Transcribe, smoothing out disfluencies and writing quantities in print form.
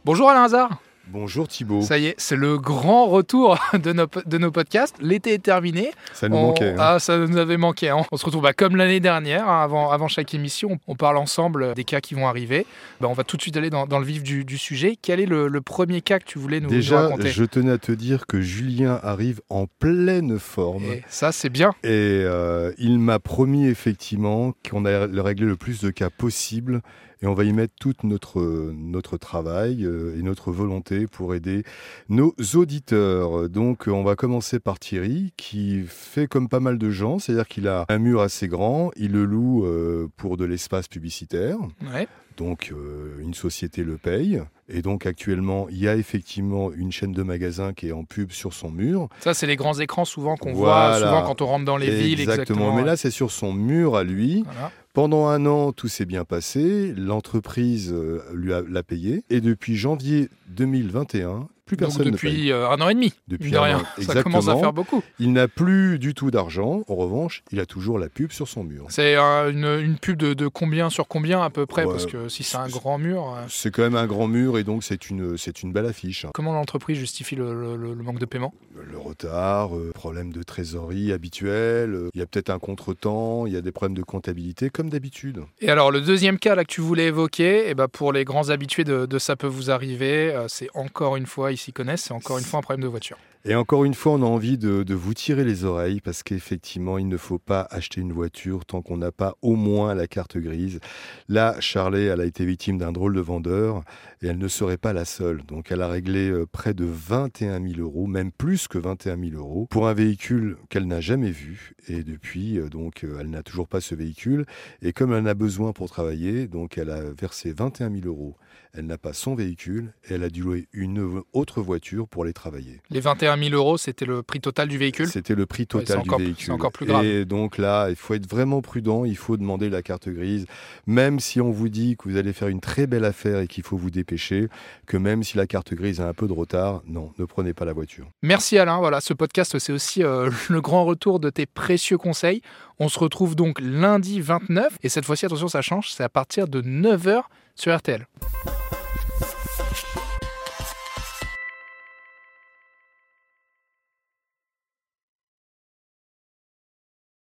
Bonjour Alain Hazard. Bonjour Thibaut. Ça y est, c'est le grand retour de nos podcasts. L'été est terminé. Ça nous manquait. Ça nous avait manqué. Hein. On se retrouve comme l'année dernière, avant chaque émission. On parle ensemble des cas qui vont arriver. On va tout de suite aller dans le vif du sujet. Quel est le premier cas que tu voulais nous raconter ? Déjà, je tenais à te dire que Julien arrive en pleine forme. Et ça, c'est bien. Et il m'a promis effectivement qu'on allait régler le plus de cas possible. Et on va y mettre tout notre travail et notre volonté pour aider nos auditeurs. Donc, on va commencer par Thierry, qui fait comme pas mal de gens, c'est-à-dire qu'il a un mur assez grand, il le loue pour de l'espace publicitaire. Ouais. Donc, une société le paye. Et donc, actuellement, il y a effectivement une chaîne de magasins qui est en pub sur son mur. Ça, c'est les grands écrans souvent qu'on voit souvent quand on rentre dans les villes. Exactement. Mais là, c'est sur son mur à lui. Voilà. Pendant un an, tout s'est bien passé. L'entreprise l'a payé. Et depuis janvier 2021, plus personne ne paye. Depuis un an et demi. Depuis un an, Ça commence à faire beaucoup. Il n'a plus du tout d'argent. En revanche, il a toujours la pub sur son mur. C'est une pub de combien sur combien à peu près ? Ouais, parce que si c'est un grand mur... C'est quand même un grand mur et donc c'est une belle affiche. Comment l'entreprise justifie le manque de paiement ? Le retard, problème de trésorerie habituel, il y a peut-être un contretemps, il y a des problèmes de comptabilité comme d'habitude. Et alors le deuxième cas là que tu voulais évoquer, pour les grands habitués de ça peut vous arriver, c'est encore une fois, ils s'y connaissent, c'est encore une fois un problème de voiture. Et encore une fois, on a envie de vous tirer les oreilles parce qu'effectivement, il ne faut pas acheter une voiture tant qu'on n'a pas au moins la carte grise. Là, Charlet, elle a été victime d'un drôle de vendeur et elle ne serait pas la seule. Donc, elle a réglé près de 21 000 €, même plus que 21 000 € pour un véhicule qu'elle n'a jamais vu. Et depuis, elle n'a toujours pas ce véhicule. Et comme elle en a besoin pour travailler, donc elle a versé 21 000 €. Elle n'a pas son véhicule et elle a dû louer une autre voiture pour aller travailler. Les 21 000 €, c'était le prix total du véhicule ? C'était le prix total du véhicule. C'est encore plus grave. Et donc là, il faut être vraiment prudent, il faut demander la carte grise. Même si on vous dit que vous allez faire une très belle affaire et qu'il faut vous dépêcher, que même si la carte grise a un peu de retard, non, ne prenez pas la voiture. Merci Alain, voilà, ce podcast c'est aussi le grand retour de tes précieux conseils. On se retrouve donc lundi 29 et cette fois-ci, attention, ça change, c'est à partir de 9h sur RTL.